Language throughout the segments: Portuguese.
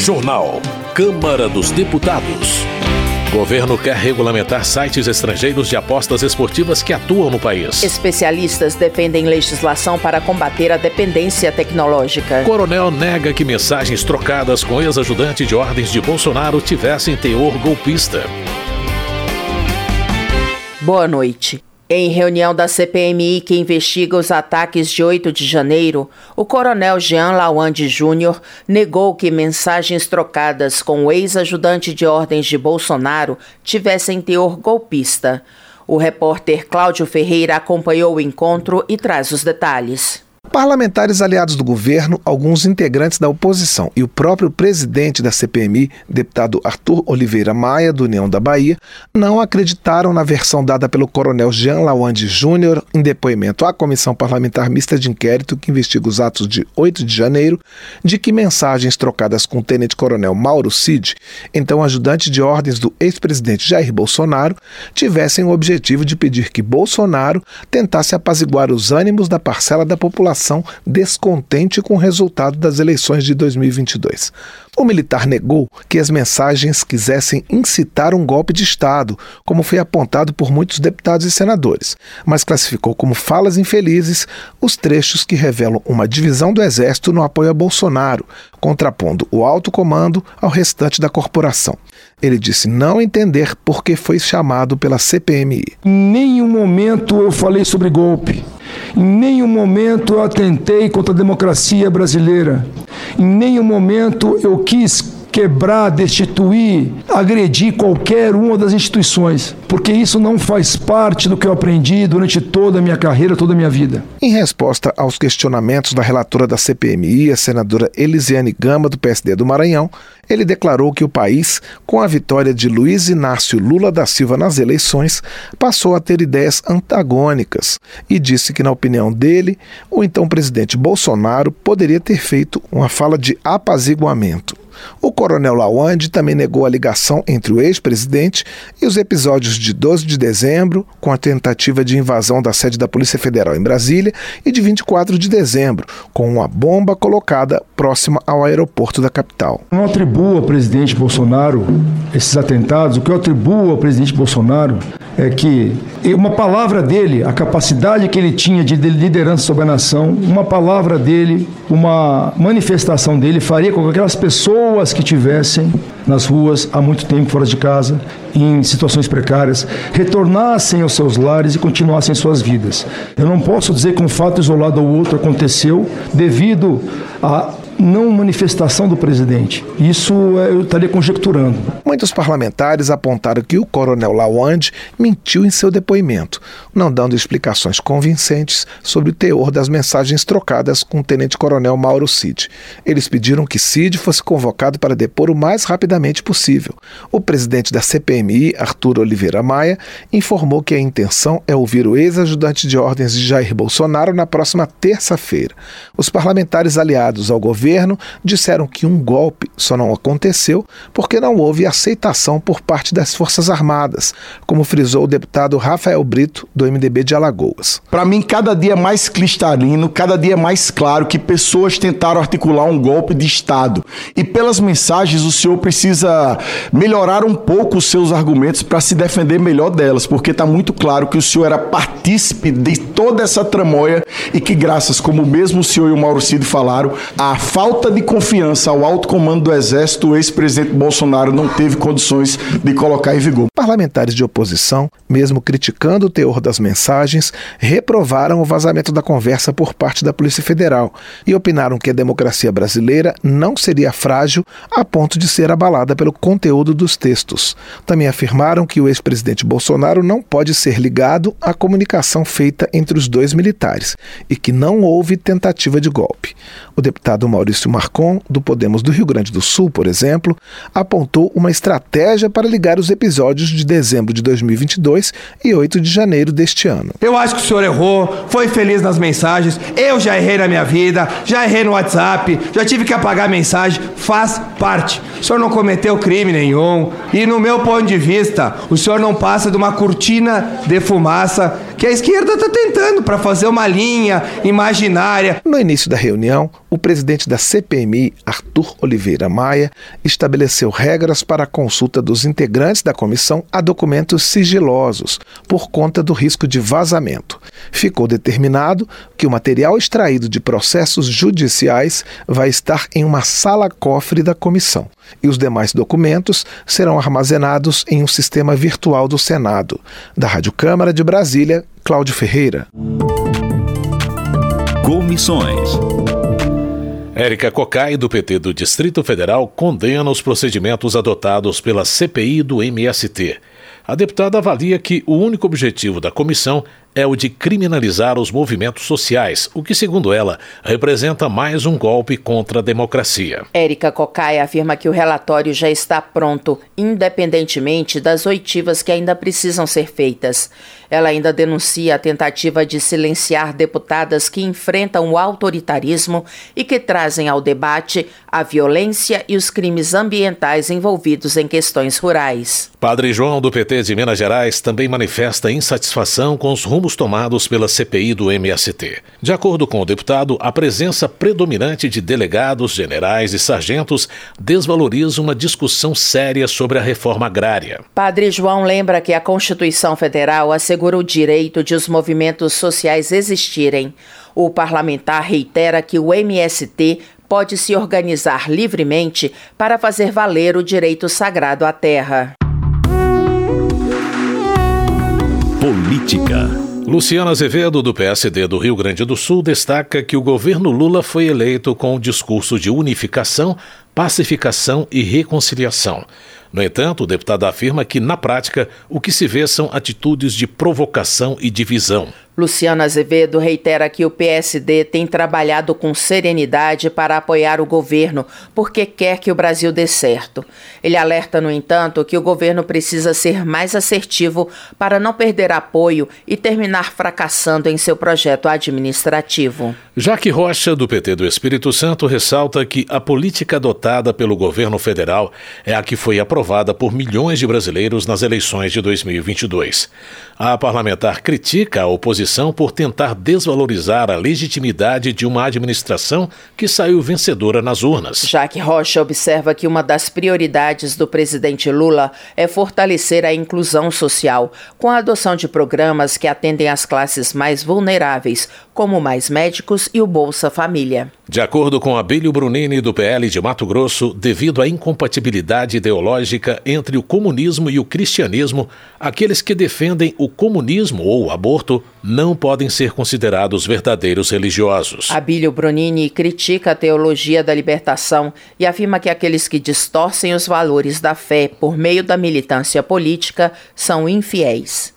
Jornal. Câmara dos Deputados. Governo quer regulamentar sites estrangeiros de apostas esportivas que atuam no país. Especialistas defendem legislação para combater a dependência tecnológica. Coronel nega que mensagens trocadas com ex-ajudante de ordens de Bolsonaro tivessem teor golpista. Boa noite. Em reunião da CPMI que investiga os ataques de 8 de janeiro, o coronel Jean Lawande Júnior negou que mensagens trocadas com o ex-ajudante de ordens de Bolsonaro tivessem teor golpista. O repórter Cláudio Ferreira acompanhou o encontro e traz os detalhes. Parlamentares aliados do governo, alguns integrantes da oposição e o próprio presidente da CPMI, deputado Arthur Oliveira Maia, do União da Bahia, não acreditaram na versão dada pelo coronel Jean Lawande Júnior em depoimento à Comissão Parlamentar Mista de Inquérito que investiga os atos de 8 de janeiro, de que mensagens trocadas com o tenente-coronel Mauro Cid, então ajudante de ordens do ex-presidente Jair Bolsonaro, tivessem o objetivo de pedir que Bolsonaro tentasse apaziguar os ânimos da parcela da população descontente com o resultado das eleições de 2022. O militar negou que as mensagens quisessem incitar um golpe de Estado, como foi apontado por muitos deputados e senadores, mas classificou como falas infelizes os trechos que revelam uma divisão do Exército no apoio a Bolsonaro, contrapondo o alto comando ao restante da corporação. Ele disse não entender por que foi chamado pela CPMI. Em nenhum momento eu falei sobre golpe. Em nenhum momento eu atentei contra a democracia brasileira. Em nenhum momento eu quis quebrar, destituir, agredir qualquer uma das instituições, porque isso não faz parte do que eu aprendi durante toda a minha carreira, toda a minha vida. Em resposta aos questionamentos da relatora da CPMI, a senadora Elisiane Gama, do PSD do Maranhão, ele declarou que o país, com a vitória de Luiz Inácio Lula da Silva nas eleições, passou a ter ideias antagônicas e disse que, na opinião dele, o então presidente Bolsonaro poderia ter feito uma fala de apaziguamento. O coronel Lawande também negou a ligação entre o ex-presidente e os episódios de 12 de dezembro, com a tentativa de invasão da sede da Polícia Federal em Brasília, e de 24 de dezembro, com uma bomba colocada próxima ao aeroporto da capital. Não atribuo ao presidente Bolsonaro esses atentados. O que eu atribuo ao presidente Bolsonaro é que uma palavra dele, a capacidade que ele tinha de liderança sobre a nação, uma palavra dele, uma manifestação dele faria com que aquelas pessoas que estivessem nas ruas há muito tempo fora de casa, em situações precárias, retornassem aos seus lares e continuassem suas vidas. Eu não posso dizer que um fato isolado ou outro aconteceu devido a não manifestação do presidente. Isso eu estaria conjecturando. Muitos parlamentares apontaram que o coronel Lawande mentiu em seu depoimento, não dando explicações convincentes sobre o teor das mensagens trocadas com o tenente-coronel Mauro Cid. Eles pediram que Cid fosse convocado para depor o mais rapidamente possível. O presidente da CPMI, Arthur Oliveira Maia, informou que a intenção é ouvir o ex-ajudante de ordens de Jair Bolsonaro na próxima terça-feira. Os parlamentares aliados ao governo disseram que um golpe só não aconteceu porque não houve aceitação por parte das Forças Armadas, como frisou o deputado Rafael Brito, do MDB de Alagoas. Para mim, cada dia mais cristalino, cada dia mais claro que pessoas tentaram articular um golpe de Estado. E pelas mensagens, o senhor precisa melhorar um pouco os seus argumentos para se defender melhor delas, porque está muito claro que o senhor era partícipe de toda essa tramóia e que, graças, como mesmo o senhor e o Mauro Cid falaram, a falta de confiança ao alto comando do Exército, o ex-presidente Bolsonaro não teve condições de colocar em vigor. Parlamentares de oposição, mesmo criticando o teor das mensagens, reprovaram o vazamento da conversa por parte da Polícia Federal e opinaram que a democracia brasileira não seria frágil a ponto de ser abalada pelo conteúdo dos textos. Também afirmaram que o ex-presidente Bolsonaro não pode ser ligado à comunicação feita entre os dois militares e que não houve tentativa de golpe. O deputado Maurício Marcon, do Podemos do Rio Grande do Sul, por exemplo, apontou uma estratégia para ligar os episódios de dezembro de 2022 e 8 de janeiro deste ano. Eu acho que o senhor errou, foi feliz nas mensagens, eu já errei na minha vida, já errei no WhatsApp, já tive que apagar mensagem, faz parte. O senhor não cometeu crime nenhum e, no meu ponto de vista, o senhor não passa de uma cortina de fumaça que a esquerda está tentando para fazer uma linha imaginária. No início da reunião, o presidente da da CPMI, Arthur Oliveira Maia, estabeleceu regras para a consulta dos integrantes da comissão a documentos sigilosos, por conta do risco de vazamento. Ficou determinado que o material extraído de processos judiciais vai estar em uma sala-cofre da comissão e os demais documentos serão armazenados em um sistema virtual do Senado. Da Rádio Câmara de Brasília, Cláudio Ferreira. Comissões. Érica Cocai, do PT do Distrito Federal, condena os procedimentos adotados pela CPI do MST. A deputada avalia que o único objetivo da comissão é o de criminalizar os movimentos sociais, o que, segundo ela, representa mais um golpe contra a democracia. Érica Cocai afirma que o relatório já está pronto, independentemente das oitivas que ainda precisam ser feitas. Ela ainda denuncia a tentativa de silenciar deputadas que enfrentam o autoritarismo e que trazem ao debate a violência e os crimes ambientais envolvidos em questões rurais. Padre João, do PT de Minas Gerais, também manifesta insatisfação com os rumos tomados pela CPI do MST. De acordo com o deputado, a presença predominante de delegados, generais e sargentos desvaloriza uma discussão séria sobre a reforma agrária. Padre João lembra que a Constituição Federal assegura o direito de os movimentos sociais existirem. O parlamentar reitera que o MST pode se organizar livremente para fazer valer o direito sagrado à terra. Política. Luciana Azevedo, do PSD do Rio Grande do Sul, destaca que o governo Lula foi eleito com um discurso de unificação, pacificação e reconciliação. No entanto, o deputado afirma que, na prática, o que se vê são atitudes de provocação e divisão. Luciana Azevedo reitera que o PSD tem trabalhado com serenidade para apoiar o governo, porque quer que o Brasil dê certo. Ele alerta, no entanto, que o governo precisa ser mais assertivo para não perder apoio e terminar fracassando em seu projeto administrativo. Jaque Rocha, do PT do Espírito Santo, ressalta que a política adotada pelo governo federal é a que foi aprovada por milhões de brasileiros nas eleições de 2022. A parlamentar critica a oposição por tentar desvalorizar a legitimidade de uma administração que saiu vencedora nas urnas. Jaque Rocha observa que uma das prioridades do presidente Lula é fortalecer a inclusão social, com a adoção de programas que atendem às classes mais vulneráveis, como Mais Médicos e o Bolsa Família. De acordo com Abílio Brunini, do PL de Mato Grosso, devido à incompatibilidade ideológica entre o comunismo e o cristianismo, aqueles que defendem o comunismo ou o aborto não podem ser considerados verdadeiros religiosos. Abílio Brunini critica a teologia da libertação e afirma que aqueles que distorcem os valores da fé por meio da militância política são infiéis.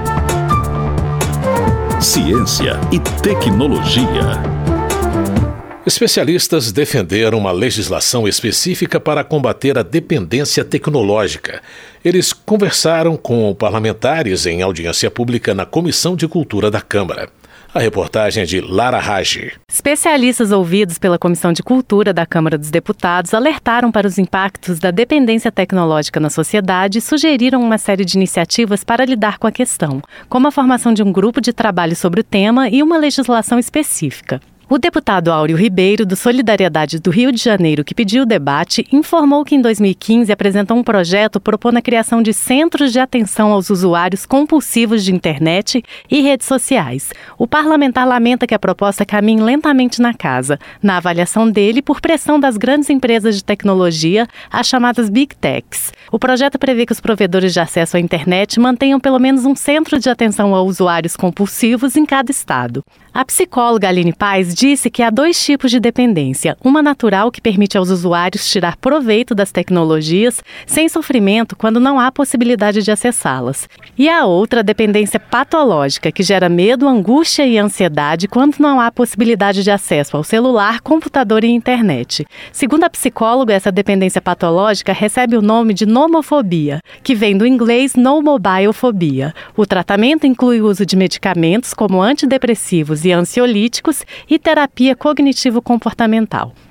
Ciência e tecnologia. Especialistas defenderam uma legislação específica para combater a dependência tecnológica. Eles conversaram com parlamentares em audiência pública na Comissão de Cultura da Câmara. A reportagem é de Lara Rage. Especialistas ouvidos pela Comissão de Cultura da Câmara dos Deputados alertaram para os impactos da dependência tecnológica na sociedade e sugeriram uma série de iniciativas para lidar com a questão, como a formação de um grupo de trabalho sobre o tema e uma legislação específica. O deputado Áureo Ribeiro, do Solidariedade do Rio de Janeiro, que pediu o debate, informou que em 2015 apresentou um projeto propondo a criação de centros de atenção aos usuários compulsivos de internet e redes sociais. O parlamentar lamenta que a proposta caminhe lentamente na casa, na avaliação dele, por pressão das grandes empresas de tecnologia, as chamadas Big Techs. O projeto prevê que os provedores de acesso à internet mantenham pelo menos um centro de atenção a usuários compulsivos em cada estado. A psicóloga Aline Paz disse que há dois tipos de dependência, uma natural que permite aos usuários tirar proveito das tecnologias sem sofrimento quando não há possibilidade de acessá-las, e a outra, a dependência patológica, que gera medo, angústia e ansiedade quando não há possibilidade de acesso ao celular, computador e internet. Segundo a psicóloga, essa dependência patológica recebe o nome de nomofobia, que vem do inglês no mobile phobia. O tratamento inclui o uso de medicamentos como antidepressivos e ansiolíticos e terapia cognitivo-comportamental.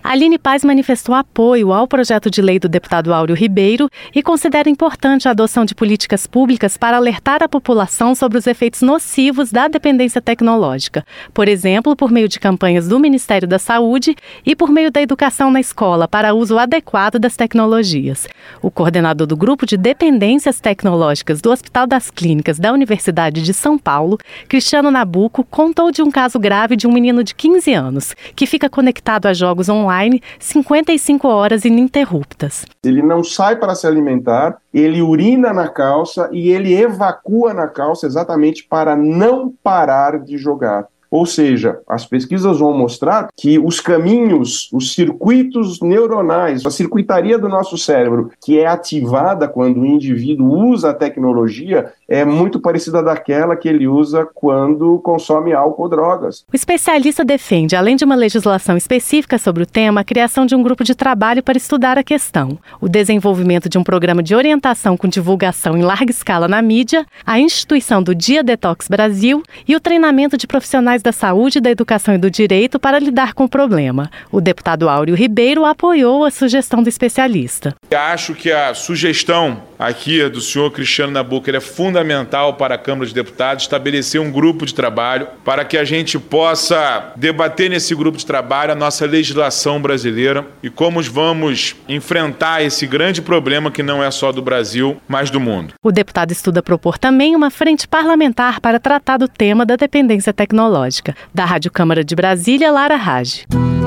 Aline Paz manifestou apoio ao projeto de lei do deputado Áureo Ribeiro e considera importante a adoção de políticas públicas para alertar a população sobre os efeitos nocivos da dependência tecnológica, por exemplo, por meio de campanhas do Ministério da Saúde e por meio da educação na escola para uso adequado das tecnologias. O coordenador do Grupo de Dependências Tecnológicas do Hospital das Clínicas da Universidade de São Paulo, Cristiano Nabuco, contou de um caso grave de um menino de 15 anos, que fica conectado a jogos online 55 horas ininterruptas. Ele não sai para se alimentar, ele urina na calça e ele evacua na calça exatamente para não parar de jogar. Ou seja, as pesquisas vão mostrar que os caminhos, os circuitos neuronais, a circuitaria do nosso cérebro, que é ativada quando o indivíduo usa a tecnologia, é muito parecida daquela que ele usa quando consome álcool ou drogas. O especialista defende, além de uma legislação específica sobre o tema, a criação de um grupo de trabalho para estudar a questão, o desenvolvimento de um programa de orientação com divulgação em larga escala na mídia, a instituição do Dia Detox Brasil e o treinamento de profissionais da saúde, da educação e do direito para lidar com o problema. O deputado Áureo Ribeiro apoiou a sugestão do especialista. Acho que a sugestão aqui do senhor Cristiano Nabuco é fundamental para a Câmara de Deputados estabelecer um grupo de trabalho para que a gente possa debater nesse grupo de trabalho a nossa legislação brasileira e como vamos enfrentar esse grande problema que não é só do Brasil, mas do mundo. O deputado estuda propor também uma frente parlamentar para tratar do tema da dependência tecnológica. Da Rádio Câmara de Brasília, Lara Rage.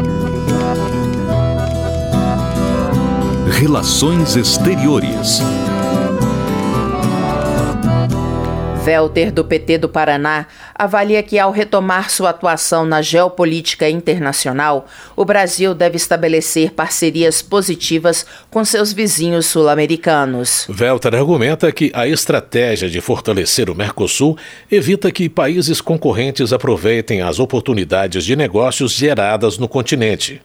Relações Exteriores. Welter, do PT do Paraná, avalia que, ao retomar sua atuação na geopolítica internacional, o Brasil deve estabelecer parcerias positivas com seus vizinhos sul-americanos. Welter argumenta que a estratégia de fortalecer o Mercosul evita que países concorrentes aproveitem as oportunidades de negócios geradas no continente.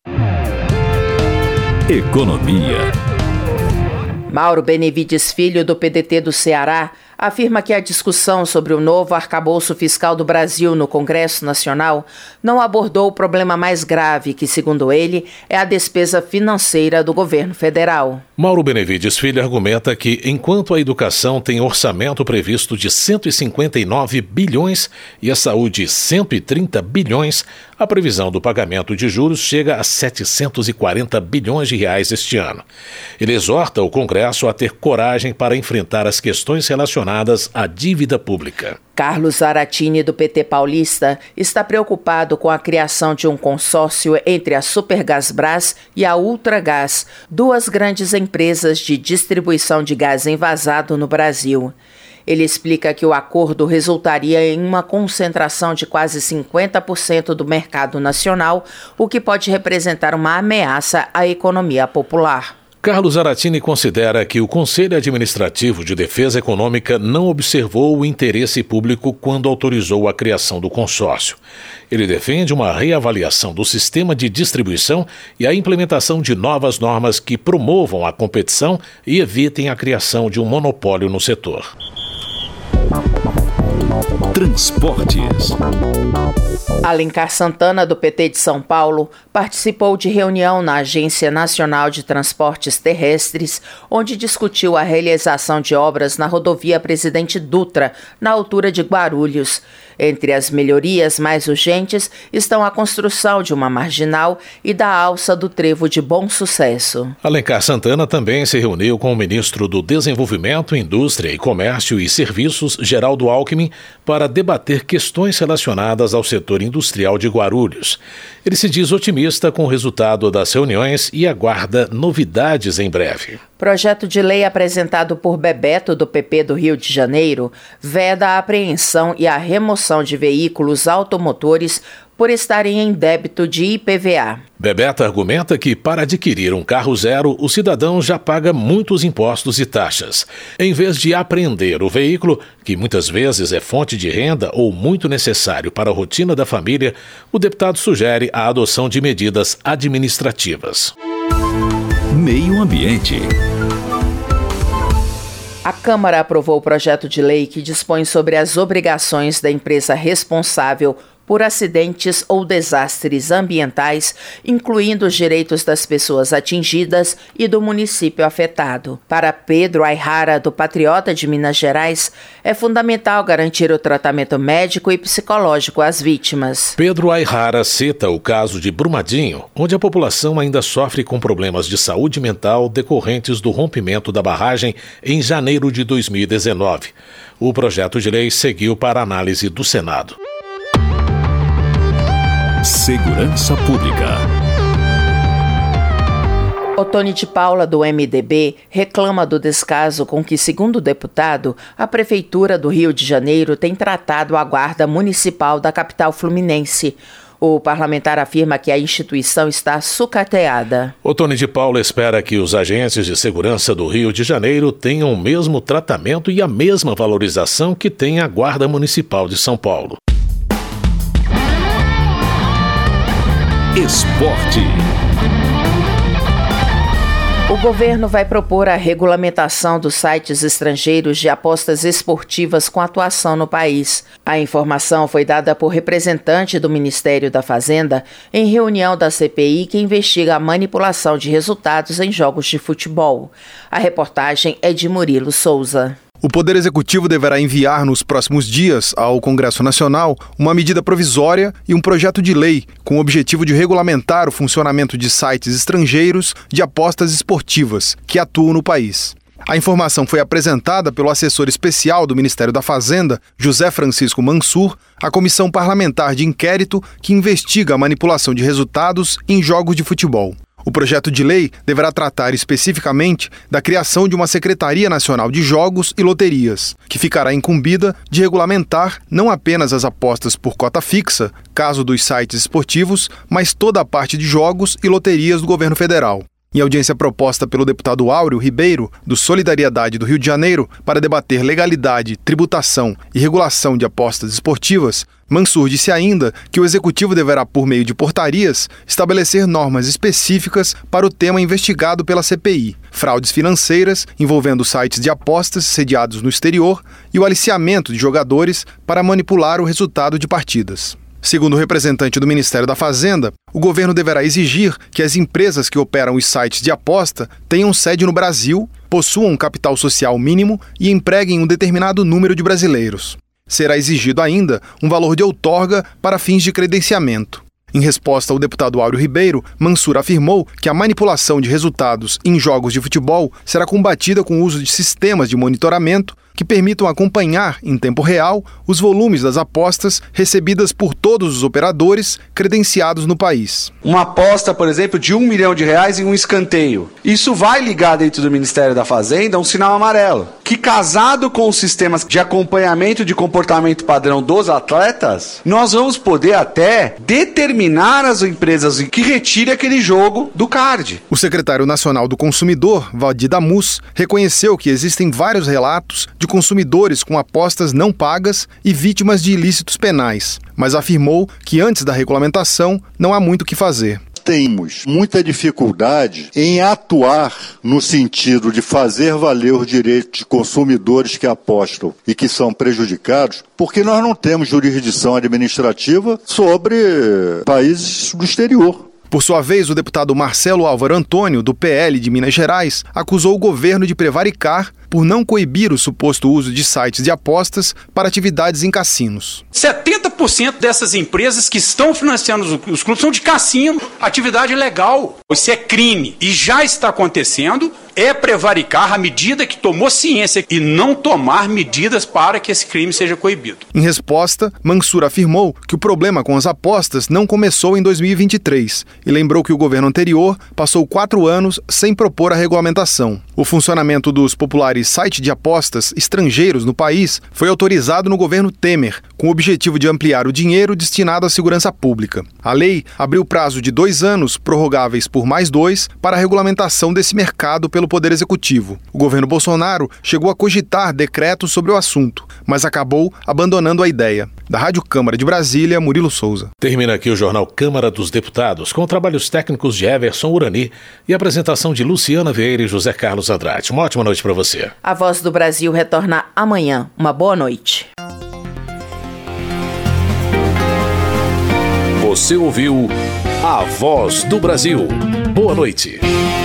Economia. Mauro Benevides Filho, do PDT do Ceará, afirma que a discussão sobre o novo arcabouço fiscal do Brasil no Congresso Nacional não abordou o problema mais grave, que, segundo ele, é a despesa financeira do governo federal. Mauro Benevides Filho argumenta que, enquanto a educação tem orçamento previsto de 159 bilhões e a saúde 130 bilhões, a previsão do pagamento de juros chega a 740 bilhões de reais este ano. Ele exorta o Congresso a ter coragem para enfrentar as questões relacionadas à dívida pública. Carlos Zaratini, do PT paulista, está preocupado com a criação de um consórcio entre a Supergasbras e a Ultragaz, duas grandes empresas de distribuição de gás envasado no Brasil. Ele explica que o acordo resultaria em uma concentração de quase 50% do mercado nacional, o que pode representar uma ameaça à economia popular. Carlos Zaratini considera que o Conselho Administrativo de Defesa Econômica não observou o interesse público quando autorizou a criação do consórcio. Ele defende uma reavaliação do sistema de distribuição e a implementação de novas normas que promovam a competição e evitem a criação de um monopólio no setor. Transportes. Alencar Santana, do PT de São Paulo, participou de reunião na Agência Nacional de Transportes Terrestres, onde discutiu a realização de obras na rodovia Presidente Dutra, na altura de Guarulhos. Entre as melhorias mais urgentes estão a construção de uma marginal e da alça do trevo de Bom Sucesso. Alencar Santana também se reuniu com o ministro do Desenvolvimento, Indústria e Comércio e Serviços, Geraldo Alckmin, para debater questões relacionadas ao setor industrial de Guarulhos. Ele se diz otimista com o resultado das reuniões e aguarda novidades em breve. Projeto de lei apresentado por Bebeto, do PP do Rio de Janeiro, veda a apreensão e a remoção de veículos automotores por estarem em débito de IPVA. Bebeto argumenta que, para adquirir um carro zero, o cidadão já paga muitos impostos e taxas. Em vez de apreender o veículo, que muitas vezes é fonte de renda ou muito necessário para a rotina da família, o deputado sugere a adoção de medidas administrativas. Meio Ambiente. A Câmara aprovou o projeto de lei que dispõe sobre as obrigações da empresa responsável por acidentes ou desastres ambientais, incluindo os direitos das pessoas atingidas e do município afetado. Para Pedro Aihara, do Patriota de Minas Gerais, é fundamental garantir o tratamento médico e psicológico às vítimas. Pedro Aihara cita o caso de Brumadinho, onde a população ainda sofre com problemas de saúde mental decorrentes do rompimento da barragem em janeiro de 2019. O projeto de lei seguiu para análise do Senado. Segurança Pública. Otônio de Paula, do MDB, reclama do descaso com que, segundo o deputado, a Prefeitura do Rio de Janeiro tem tratado a Guarda Municipal da capital fluminense. O parlamentar afirma que a instituição está sucateada. Otônio de Paula espera que os agentes de segurança do Rio de Janeiro tenham o mesmo tratamento e a mesma valorização que tem a Guarda Municipal de São Paulo. Esporte. O governo vai propor a regulamentação dos sites estrangeiros de apostas esportivas com atuação no país. A informação foi dada por representante do Ministério da Fazenda em reunião da CPI que investiga a manipulação de resultados em jogos de futebol. A reportagem é de Murilo Souza. O Poder Executivo deverá enviar nos próximos dias ao Congresso Nacional uma medida provisória e um projeto de lei com o objetivo de regulamentar o funcionamento de sites estrangeiros de apostas esportivas que atuam no país. A informação foi apresentada pelo assessor especial do Ministério da Fazenda, José Francisco Mansur, à Comissão Parlamentar de Inquérito que investiga a manipulação de resultados em jogos de futebol. O projeto de lei deverá tratar especificamente da criação de uma Secretaria Nacional de Jogos e Loterias, que ficará incumbida de regulamentar não apenas as apostas por cota fixa, caso dos sites esportivos, mas toda a parte de jogos e loterias do governo federal. Em audiência proposta pelo deputado Áureo Ribeiro, do Solidariedade do Rio de Janeiro, para debater legalidade, tributação e regulação de apostas esportivas, Mansur disse ainda que o Executivo deverá, por meio de portarias, estabelecer normas específicas para o tema investigado pela CPI, fraudes financeiras envolvendo sites de apostas sediados no exterior e o aliciamento de jogadores para manipular o resultado de partidas. Segundo o representante do Ministério da Fazenda, o governo deverá exigir que as empresas que operam os sites de aposta tenham sede no Brasil, possuam um capital social mínimo e empreguem um determinado número de brasileiros. Será exigido ainda um valor de outorga para fins de credenciamento. Em resposta ao deputado Áureo Ribeiro, Mansur afirmou que a manipulação de resultados em jogos de futebol será combatida com o uso de sistemas de monitoramento que permitam acompanhar, em tempo real, os volumes das apostas recebidas por todos os operadores credenciados no país. Uma aposta, por exemplo, de R$1 milhão em um escanteio. Isso vai ligar dentro do Ministério da Fazenda um sinal amarelo, que casado com os sistemas de acompanhamento de comportamento padrão dos atletas, nós vamos poder até determinar as empresas que retirem aquele jogo do card. O secretário nacional do Consumidor, Valdir Damus, reconheceu que existem vários relatos de consumidores com apostas não pagas e vítimas de ilícitos penais, mas afirmou que antes da regulamentação não há muito o que fazer. Temos muita dificuldade em atuar no sentido de fazer valer os direitos de consumidores que apostam e que são prejudicados, porque nós não temos jurisdição administrativa sobre países do exterior. Por sua vez, o deputado Marcelo Álvaro Antônio, do PL de Minas Gerais, acusou o governo de prevaricar por não coibir o suposto uso de sites de apostas para atividades em cassinos. 70% dessas empresas que estão financiando os clubes são de cassino, atividade ilegal. Isso é crime e já está acontecendo. É prevaricar à medida que tomou ciência e não tomar medidas para que esse crime seja coibido. Em resposta, Mansur afirmou que o problema com as apostas não começou em 2023 e lembrou que o governo anterior passou 4 anos sem propor a regulamentação. O funcionamento dos populares sites de apostas estrangeiros no país foi autorizado no governo Temer, com o objetivo de ampliar o dinheiro destinado à segurança pública. A lei abriu prazo de 2 anos, prorrogáveis por mais 2, para a regulamentação desse mercado pelo Poder Executivo. O governo Bolsonaro chegou a cogitar decretos sobre o assunto, mas acabou abandonando a ideia. Da Rádio Câmara de Brasília, Murilo Souza. Termina aqui o Jornal Câmara dos Deputados, com trabalhos técnicos de Everson Urani e apresentação de Luciana Vieira e José Carlos Andrade. Uma ótima noite para você. A Voz do Brasil retorna amanhã. Uma boa noite. Você ouviu A Voz do Brasil. Boa noite.